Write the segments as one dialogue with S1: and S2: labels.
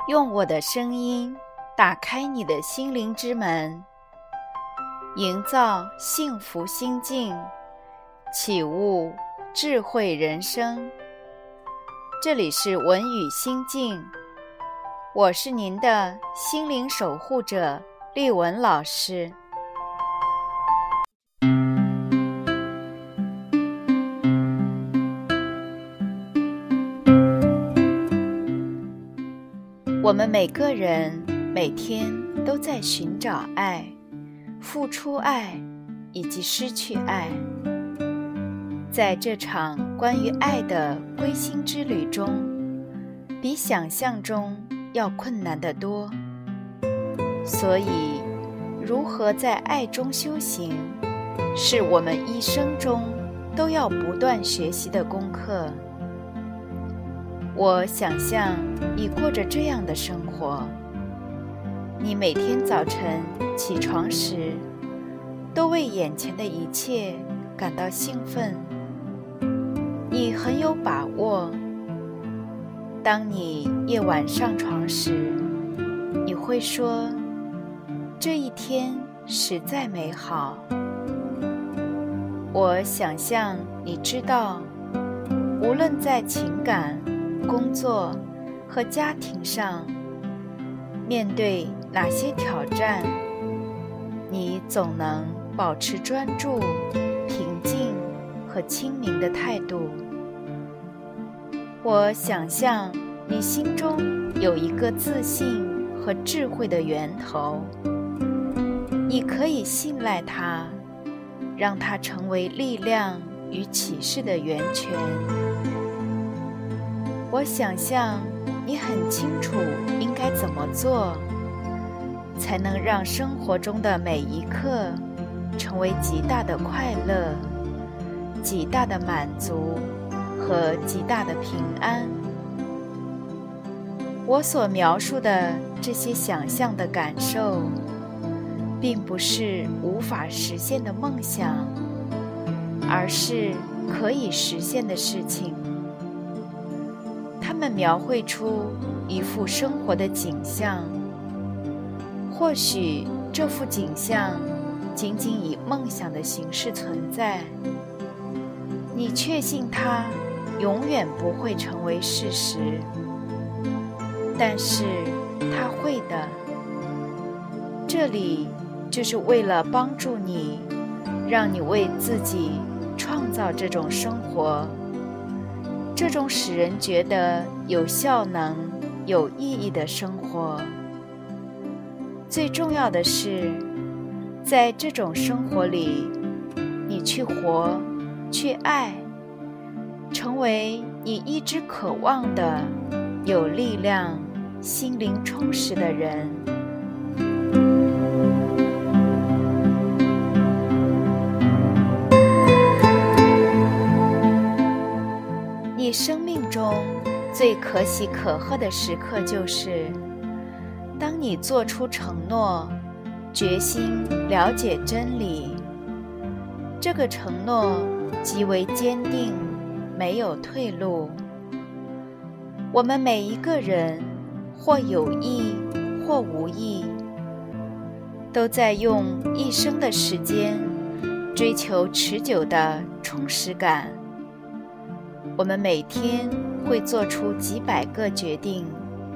S1: 用我的声音打开你的心灵之门，营造幸福心境，启悟智慧人生。这里是文语心境，我是您的心灵守护者丽文老师。我们每个人每天都在寻找爱、付出爱以及失去爱。在这场关于爱的归心之旅中，比想象中要困难得多。所以，如何在爱中修行，是我们一生中都要不断学习的功课。我想象你过着这样的生活，你每天早晨起床时，都为眼前的一切感到兴奋，你很有把握。当你夜晚上床时，你会说，这一天实在美好。我想象你知道，无论在情感、工作和家庭上面对哪些挑战，你总能保持专注、平静和清明的态度。我想象你心中有一个自信和智慧的源头，你可以信赖它，让它成为力量与启示的源泉。我想象你很清楚应该怎么做，才能让生活中的每一刻成为极大的快乐、极大的满足和极大的平安。我所描述的这些想象的感受，并不是无法实现的梦想，而是可以实现的事情。它们描绘出一幅生活的景象，或许这幅景象仅仅以梦想的形式存在，你确信它永远不会成为事实，但是它会的。这里就是为了帮助你，让你为自己创造这种生活，这种使人觉得有效能、有意义的生活。最重要的是，在这种生活里，你去活，去爱，成为你一直渴望的有力量、心灵充实的人。你生命中最可喜可贺的时刻，就是当你做出承诺，决心了解真理。这个承诺极为坚定，没有退路。我们每一个人，或有意或无意，都在用一生的时间追求持久的充实感。我们每天会做出几百个决定，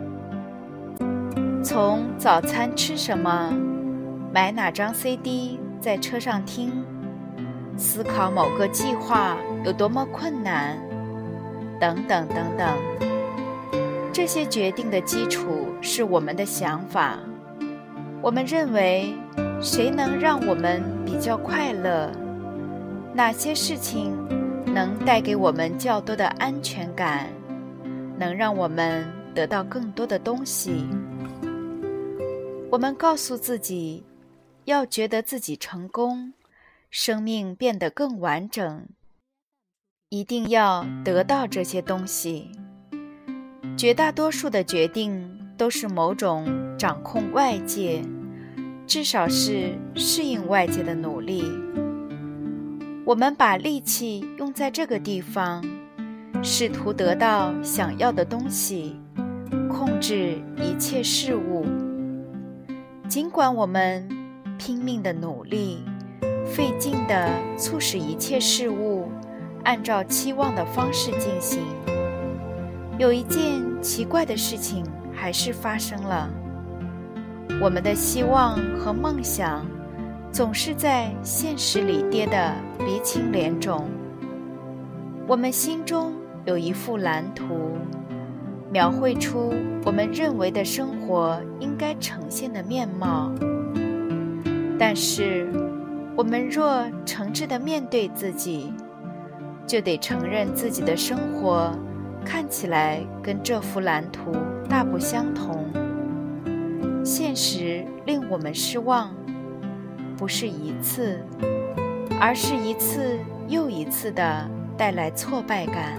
S1: 从早餐吃什么，买哪张 CD 在车上听，思考某个计划有多么困难，等等等等。这些决定的基础是我们的想法。我们认为谁能让我们比较快乐，哪些事情能带给我们较多的安全感，能让我们得到更多的东西。我们告诉自己，要觉得自己成功，生命变得更完整，一定要得到这些东西。绝大多数的决定都是某种掌控外界，至少是适应外界的努力。我们把力气用在这个地方，试图得到想要的东西， 控制一切事物。尽管我们拼命的努力，费劲地促使一切事物按照期望的方式进行，有一件奇怪的事情还是发生了。我们的希望和梦想总是在现实里跌得鼻青脸肿。我们心中有一幅蓝图，描绘出我们认为的生活应该呈现的面貌。但是，我们若诚挚地面对自己，就得承认自己的生活看起来跟这幅蓝图大不相同。现实令我们失望，不是一次，而是一次又一次地带来挫败感。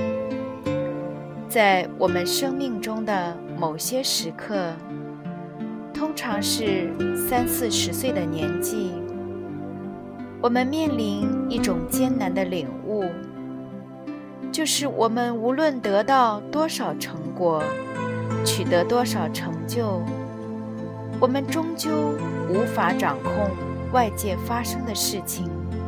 S1: 在我们生命中的某些时刻，通常是30-40岁的年纪，我们面临一种艰难的领悟，就是我们无论得到多少成果，取得多少成就，我们终究无法掌控外界发生的事情。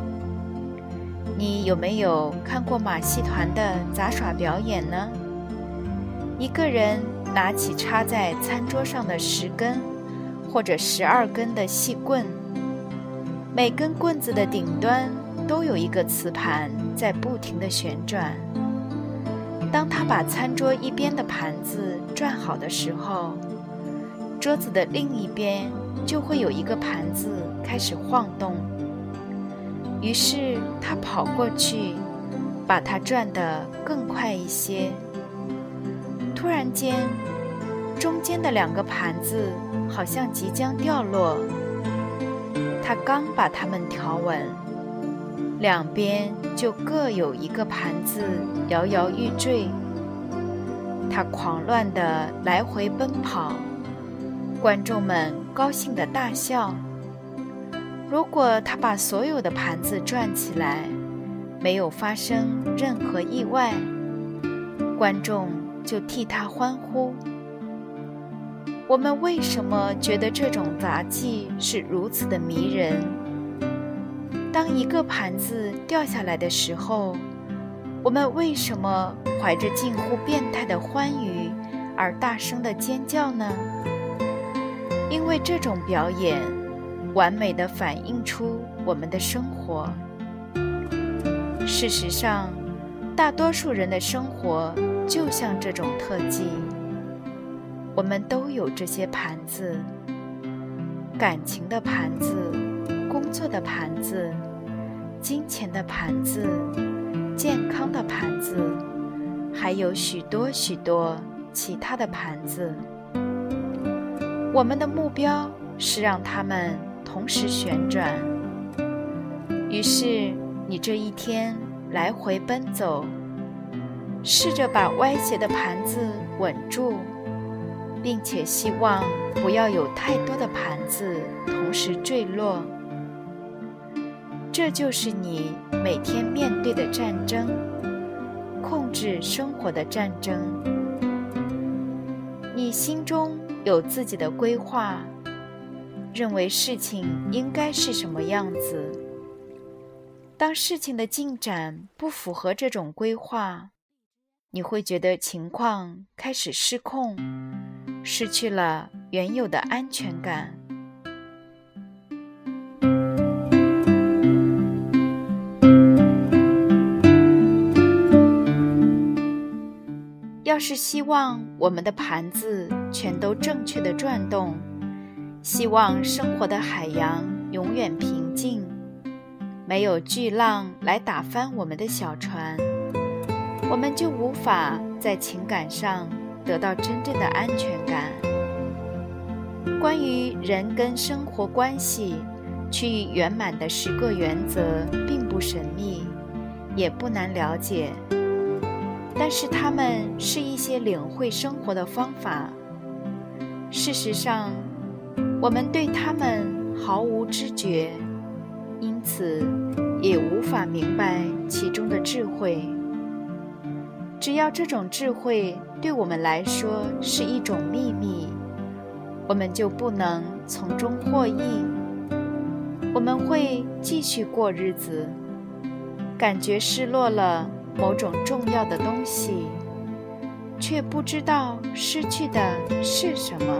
S1: 你有没有看过马戏团的杂耍表演呢？一个人拿起插在餐桌上的10根或者12根的细棍，每根棍子的顶端都有一个磁盘在不停地旋转。当他把餐桌一边的盘子转好的时候，桌子的另一边就会有一个盘子开始晃动。于是他跑过去，把它转得更快一些。突然间，中间的2个盘子好像即将掉落。他刚把它们调稳，两边就各有一个盘子摇摇欲坠。他狂乱地来回奔跑，观众们高兴地大笑。如果他把所有的盘子转起来，没有发生任何意外，观众就替他欢呼。我们为什么觉得这种杂技是如此的迷人？当一个盘子掉下来的时候，我们为什么怀着近乎变态的欢愉而大声地尖叫呢？因为这种表演完美地反映出我们的生活。事实上，大多数人的生活就像这种特技。我们都有这些盘子：感情的盘子、工作的盘子、金钱的盘子、健康的盘子，还有许多许多其他的盘子。我们的目标是让它们同时旋转。于是你这一天来回奔走，试着把歪斜的盘子稳住，并且希望不要有太多的盘子同时坠落。这就是你每天面对的战争，控制生活的战争。你心中有自己的规划，认为事情应该是什么样子。当事情的进展不符合这种规划，你会觉得情况开始失控，失去了原有的安全感。要是希望我们的盘子全都正确的转动，希望生活的海洋永远平静，没有巨浪来打翻我们的小船，我们就无法在情感上得到真正的安全感。关于人跟生活关系趋于圆满的10个原则并不神秘，也不难了解，但是它们是一些领会生活的方法。事实上，我们对它们毫无知觉，因此也无法明白其中的智慧。 只要这种智慧对我们来说是一种秘密，我们就不能从中获益。我们会继续过日子，感觉失落了某种重要的东西，却不知道失去的是什么。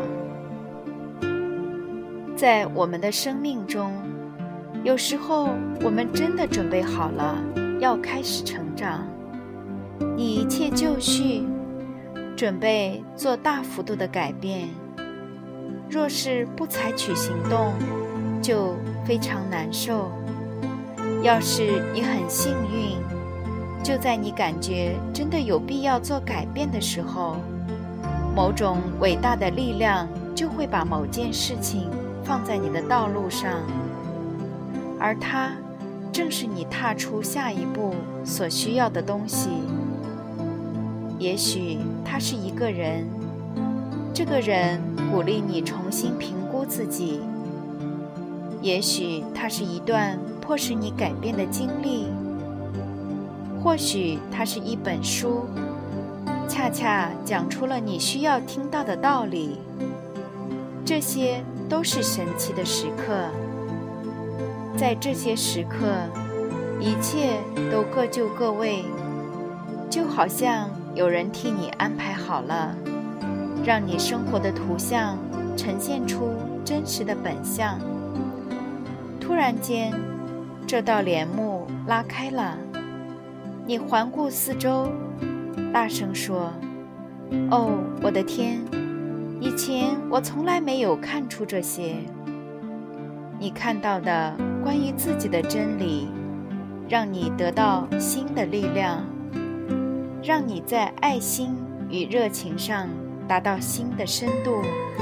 S1: 在我们的生命中，有时候我们真的准备好了要开始成长，你一切就绪，准备做大幅度的改变。若是不采取行动，就非常难受。要是你很幸运，就在你感觉真的有必要做改变的时候，某种伟大的力量就会把某件事情放在你的道路上，而它正是你踏出下一步所需要的东西。也许他是一个人，这个人鼓励你重新评估自己；也许他是一段迫使你改变的经历；或许它是一本书，恰恰讲出了你需要听到的道理。这些都是神奇的时刻，在这些时刻，一切都各就各位，就好像有人替你安排好了，让你生活的图像呈现出真实的本相。突然间，这道帘幕拉开了，你环顾四周，大声说：“哦，我的天！以前我从来没有看出这些。”你看到的关于自己的真理，让你得到新的力量，让你在爱心与热情上达到新的深度。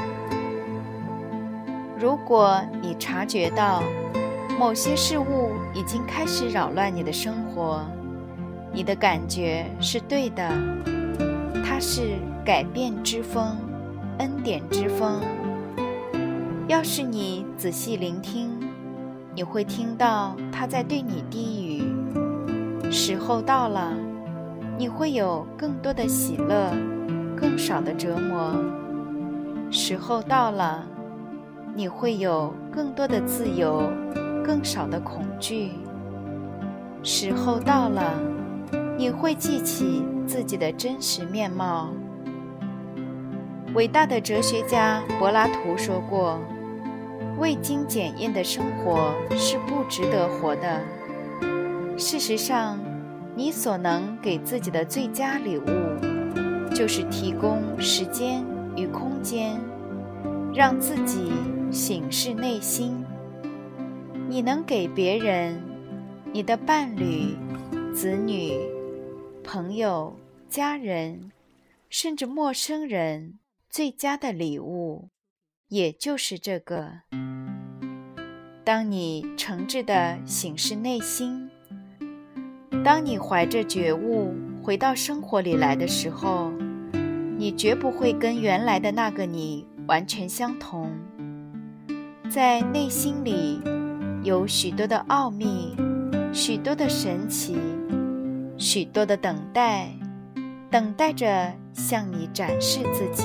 S1: 如果你察觉到某些事物已经开始扰乱你的生活，你的感觉是对的，它是改变之风，恩典之风。要是你仔细聆听，你会听到它在对你低语。时候到了，你会有更多的喜乐，更少的折磨。时候到了，你会有更多的自由，更少的恐惧。时候到了，你会记起自己的真实面貌。伟大的哲学家柏拉图说过，未经检验的生活是不值得活的。事实上，你所能给自己的最佳礼物，就是提供时间与空间，让自己省视内心。你能给别人，你的伴侣、子女、朋友、家人，甚至陌生人，最佳的礼物，也就是这个。当你诚挚地省视内心，当你怀着觉悟回到生活里来的时候，你绝不会跟原来的那个你完全相同。在内心里有许多的奥秘，许多的神奇，许多的等待，等待着向你展示自己。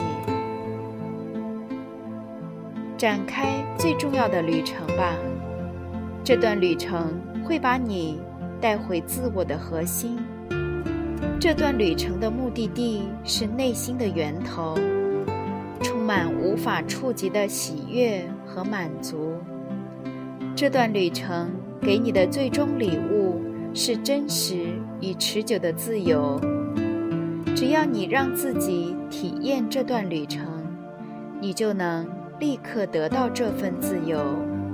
S1: 展开最重要的旅程吧，这段旅程会把你带回自我的核心。这段旅程的目的地是内心的源头，充满无法触及的喜悦和满足。这段旅程给你的最终礼物是真实与持久的自由。只要你让自己体验这段旅程，你就能立刻得到这份自由。